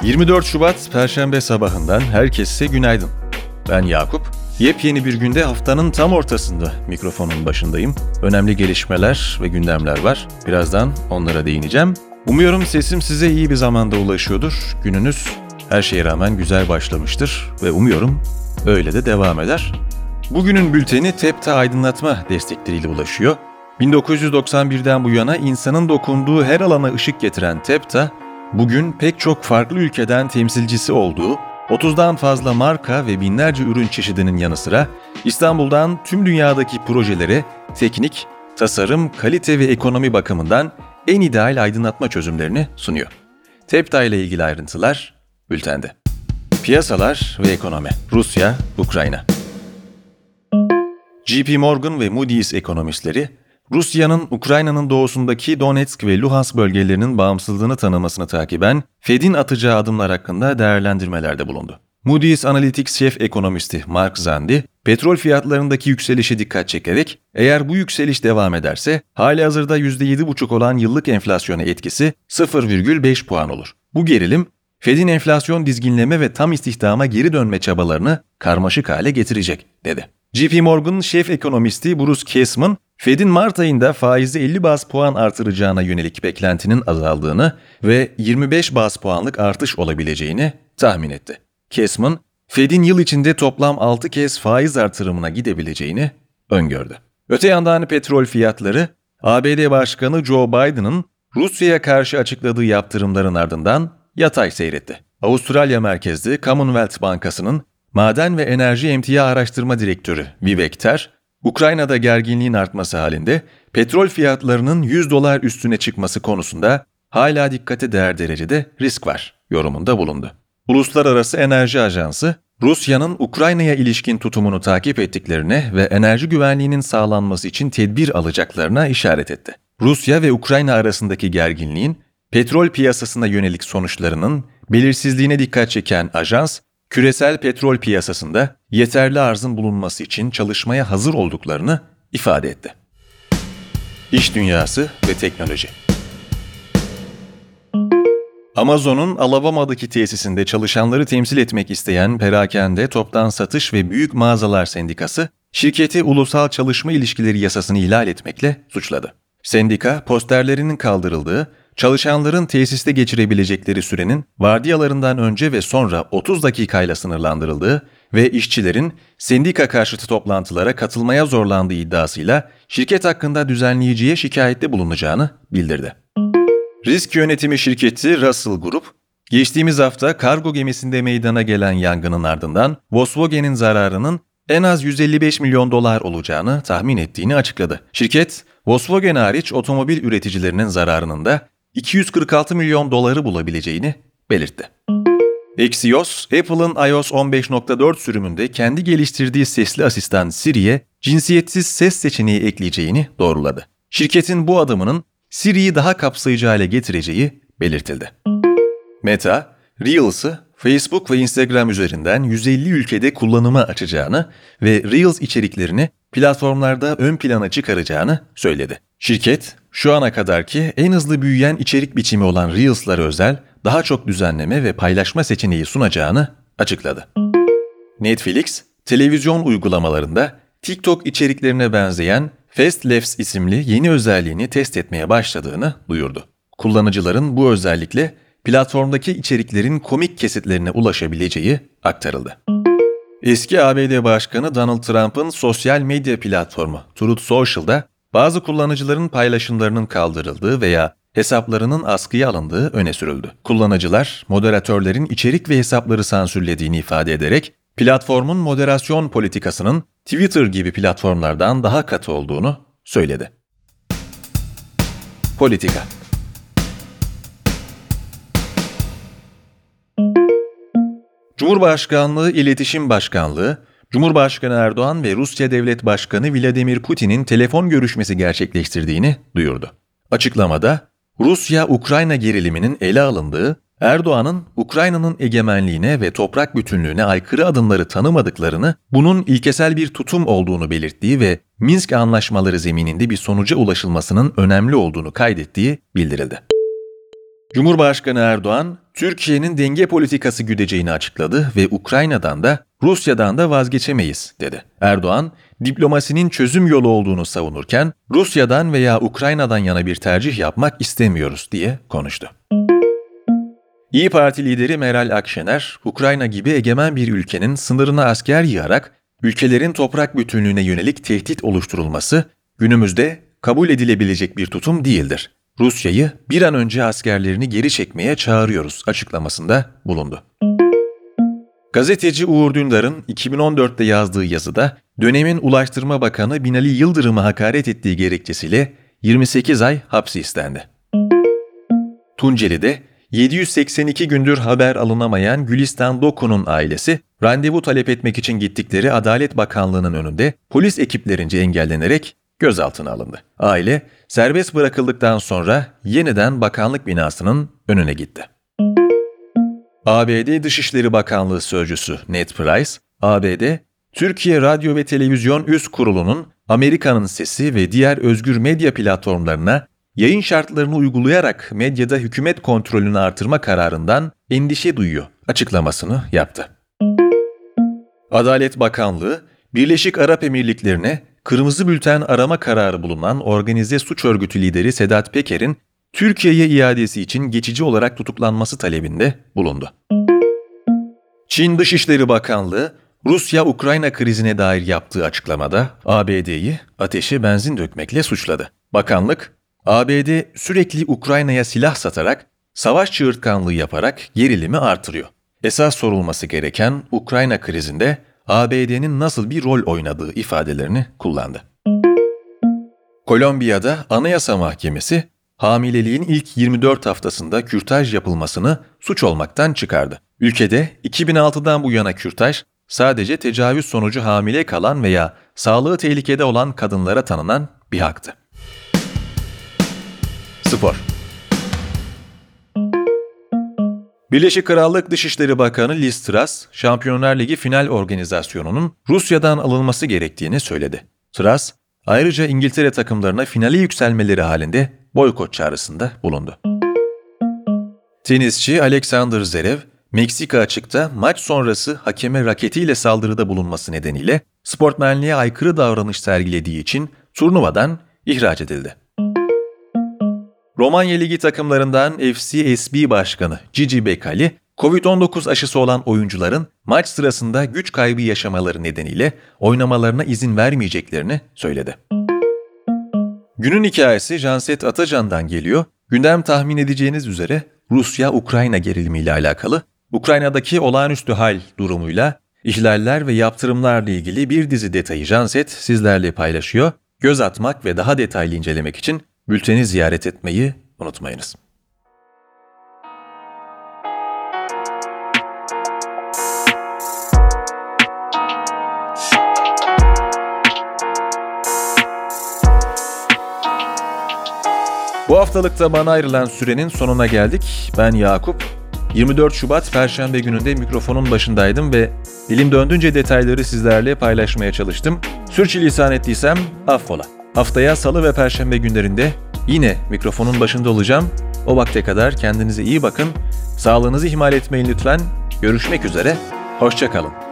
24 Şubat Perşembe sabahından herkese günaydın. Ben Yakup. Yepyeni bir günde haftanın tam ortasında mikrofonun başındayım. Önemli gelişmeler ve gündemler var. Birazdan onlara değineceğim. Umuyorum sesim size iyi bir zamanda ulaşıyordur. Gününüz her şeye rağmen güzel başlamıştır ve umuyorum öyle de devam eder. Bugünün bülteni TEPTA aydınlatma destekleriyle ulaşıyor. 1991'den bu yana insanın dokunduğu her alana ışık getiren TEPTA, bugün pek çok farklı ülkeden temsilcisi olduğu 30'dan fazla marka ve binlerce ürün çeşidinin yanı sıra İstanbul'dan tüm dünyadaki projelere teknik, tasarım, kalite ve ekonomi bakımından en ideal aydınlatma çözümlerini sunuyor. TEPTA ile ilgili ayrıntılar bültende. Piyasalar ve ekonomi. Rusya, Ukrayna. JP Morgan ve Moody's ekonomistleri, Rusya'nın Ukrayna'nın doğusundaki Donetsk ve Luhansk bölgelerinin bağımsızlığını tanımasını takiben Fed'in atacağı adımlar hakkında değerlendirmelerde bulundu. Moody's Analytics şef ekonomisti Mark Zandi, petrol fiyatlarındaki yükselişe dikkat çekerek, eğer bu yükseliş devam ederse halihazırda %7,5 olan yıllık enflasyona etkisi 0,5 puan olur. Bu gerilim, Fed'in enflasyon dizginleme ve tam istihdama geri dönme çabalarını karmaşık hale getirecek, dedi. JP Morgan şef ekonomisti Bruce Kasman, Fed'in Mart ayında faizi 50 baz puan artıracağına yönelik beklentinin azaldığını ve 25 baz puanlık artış olabileceğini tahmin etti. Kasman, Fed'in yıl içinde toplam 6 kez faiz artırımına gidebileceğini öngördü. Öte yandan petrol fiyatları, ABD Başkanı Joe Biden'ın Rusya'ya karşı açıkladığı yaptırımların ardından yatay seyretti. Avustralya merkezli Commonwealth Bankası'nın Maden ve Enerji Emtia Araştırma Direktörü Vivek Ter, Ukrayna'da gerginliğin artması halinde petrol fiyatlarının $100 üstüne çıkması konusunda hala dikkate değer derecede risk var yorumunda bulundu. Uluslararası Enerji Ajansı, Rusya'nın Ukrayna'ya ilişkin tutumunu takip ettiklerine ve enerji güvenliğinin sağlanması için tedbir alacaklarına işaret etti. Rusya ve Ukrayna arasındaki gerginliğin petrol piyasasına yönelik sonuçlarının belirsizliğine dikkat çeken ajans, küresel petrol piyasasında yeterli arzın bulunması için çalışmaya hazır olduklarını ifade etti. İş dünyası ve teknoloji. Amazon'un Alabama'daki tesisinde çalışanları temsil etmek isteyen Perakende Toptan Satış ve Büyük Mağazalar Sendikası, şirketi Ulusal Çalışma İlişkileri Yasasını ihlal etmekle suçladı. Sendika, posterlerinin kaldırıldığı, çalışanların tesiste geçirebilecekleri sürenin vardiyalarından önce ve sonra 30 dakikayla sınırlandırıldığı ve işçilerin sendika karşıtı toplantılara katılmaya zorlandığı iddiasıyla şirket hakkında düzenleyiciye şikayette bulunacağını bildirdi. Risk yönetimi şirketi Russell Group, geçtiğimiz hafta kargo gemisinde meydana gelen yangının ardından Volkswagen'in zararının en az $155 milyon olacağını tahmin ettiğini açıkladı. Şirket, Volkswagen hariç otomobil üreticilerinin zararının da $246 milyon bulabileceğini belirtti. Axios, Apple'ın iOS 15.4 sürümünde kendi geliştirdiği sesli asistan Siri'ye cinsiyetsiz ses seçeneği ekleyeceğini doğruladı. Şirketin bu adımının Siri'yi daha kapsayıcı hale getireceği belirtildi. Meta, Reels'ı Facebook ve Instagram üzerinden 150 ülkede kullanıma açacağını ve Reels içeriklerini platformlarda ön plana çıkaracağını söyledi. Şirket, şu ana kadarki en hızlı büyüyen içerik biçimi olan Reels'lara özel daha çok düzenleme ve paylaşma seçeneği sunacağını açıkladı. Netflix, televizyon uygulamalarında TikTok içeriklerine benzeyen Fast Laughs isimli yeni özelliğini test etmeye başladığını duyurdu. Kullanıcıların bu özellikle platformdaki içeriklerin komik kesitlerine ulaşabileceği aktarıldı. Eski ABD Başkanı Donald Trump'ın sosyal medya platformu Truth Social'da bazı kullanıcıların paylaşımlarının kaldırıldığı veya hesaplarının askıya alındığı öne sürüldü. Kullanıcılar, moderatörlerin içerik ve hesapları sansürlediğini ifade ederek, platformun moderasyon politikasının Twitter gibi platformlardan daha katı olduğunu söyledi. Politika. Cumhurbaşkanlığı İletişim Başkanlığı, Cumhurbaşkanı Erdoğan ve Rusya Devlet Başkanı Vladimir Putin'in telefon görüşmesi gerçekleştirdiğini duyurdu. Açıklamada, Rusya-Ukrayna geriliminin ele alındığı, Erdoğan'ın Ukrayna'nın egemenliğine ve toprak bütünlüğüne aykırı adımları tanımadıklarını, bunun ilkesel bir tutum olduğunu belirttiği ve Minsk anlaşmaları zemininde bir sonuca ulaşılmasının önemli olduğunu kaydettiği bildirildi. Cumhurbaşkanı Erdoğan, Türkiye'nin denge politikası güdeceğini açıkladı ve Ukrayna'dan da Rusya'dan da vazgeçemeyiz dedi. Erdoğan, diplomasinin çözüm yolu olduğunu savunurken Rusya'dan veya Ukrayna'dan yana bir tercih yapmak istemiyoruz diye konuştu. İYİ Parti lideri Meral Akşener, Ukrayna gibi egemen bir ülkenin sınırına asker yığarak ülkelerin toprak bütünlüğüne yönelik tehdit oluşturulması günümüzde kabul edilebilecek bir tutum değildir. Rusya'yı bir an önce askerlerini geri çekmeye çağırıyoruz açıklamasında bulundu. Gazeteci Uğur Dündar'ın 2014'te yazdığı yazıda dönemin Ulaştırma Bakanı Binali Yıldırım'a hakaret ettiği gerekçesiyle 28 ay hapsi istendi. Tunceli'de 782 gündür haber alınamayan Gülistan Doku'nun ailesi randevu talep etmek için gittikleri Adalet Bakanlığı'nın önünde polis ekiplerince engellenerek gözaltına alındı. Aile serbest bırakıldıktan sonra yeniden bakanlık binasının önüne gitti. ABD Dışişleri Bakanlığı Sözcüsü Ned Price, ABD, Türkiye Radyo ve Televizyon Üst Kurulu'nun Amerika'nın Sesi ve diğer özgür medya platformlarına yayın şartlarını uygulayarak medyada hükümet kontrolünü artırma kararından endişe duyuyor açıklamasını yaptı. Adalet Bakanlığı, Birleşik Arap Emirlikleri'ne kırmızı bülten arama kararı bulunan organize suç örgütü lideri Sedat Peker'in Türkiye'ye iadesi için geçici olarak tutuklanması talebinde bulundu. Çin Dışişleri Bakanlığı, Rusya-Ukrayna krizine dair yaptığı açıklamada ABD'yi ateşe benzin dökmekle suçladı. Bakanlık, ABD sürekli Ukrayna'ya silah satarak, savaş çığırtkanlığı yaparak gerilimi artırıyor. Esas sorulması gereken Ukrayna krizinde ABD'nin nasıl bir rol oynadığı ifadelerini kullandı. Kolombiya'da Anayasa Mahkemesi, hamileliğin ilk 24 haftasında kürtaj yapılmasını suç olmaktan çıkardı. Ülkede 2006'dan bu yana kürtaj, sadece tecavüz sonucu hamile kalan veya sağlığı tehlikede olan kadınlara tanınan bir haktı. Spor. Birleşik Krallık Dışişleri Bakanı Liz Truss, Şampiyonlar Ligi final organizasyonunun Rusya'dan alınması gerektiğini söyledi. Truss, ayrıca İngiltere takımlarına finale yükselmeleri halinde boykot çağrısında bulundu. Tenisçi Alexander Zverev, Meksika açıkta maç sonrası hakeme raketiyle saldırıda bulunması nedeniyle sportmenliğe aykırı davranış sergilediği için turnuvadan ihraç edildi. Romanya Ligi takımlarından FC SB Başkanı Gigi Becali, Covid-19 aşısı olan oyuncuların maç sırasında güç kaybı yaşamaları nedeniyle oynamalarına izin vermeyeceklerini söyledi. Günün hikayesi Janset Atacan'dan geliyor. Gündem tahmin edeceğiniz üzere Rusya-Ukrayna gerilimiyle alakalı, Ukrayna'daki olağanüstü hal durumuyla, ihlaller ve yaptırımlarla ilgili bir dizi detayı Janset sizlerle paylaşıyor. Göz atmak ve daha detaylı incelemek için bülteni ziyaret etmeyi unutmayınız. Bu haftalıkta bana ayrılan sürenin sonuna geldik. Ben Yakup. 24 Şubat Perşembe gününde mikrofonun başındaydım ve dilim döndüğünce detayları sizlerle paylaşmaya çalıştım. Sürçülisan ettiysem affola. Haftaya Salı ve Perşembe günlerinde yine mikrofonun başında olacağım. O vakte kadar kendinize iyi bakın. Sağlığınızı ihmal etmeyin lütfen. Görüşmek üzere. Hoşça kalın.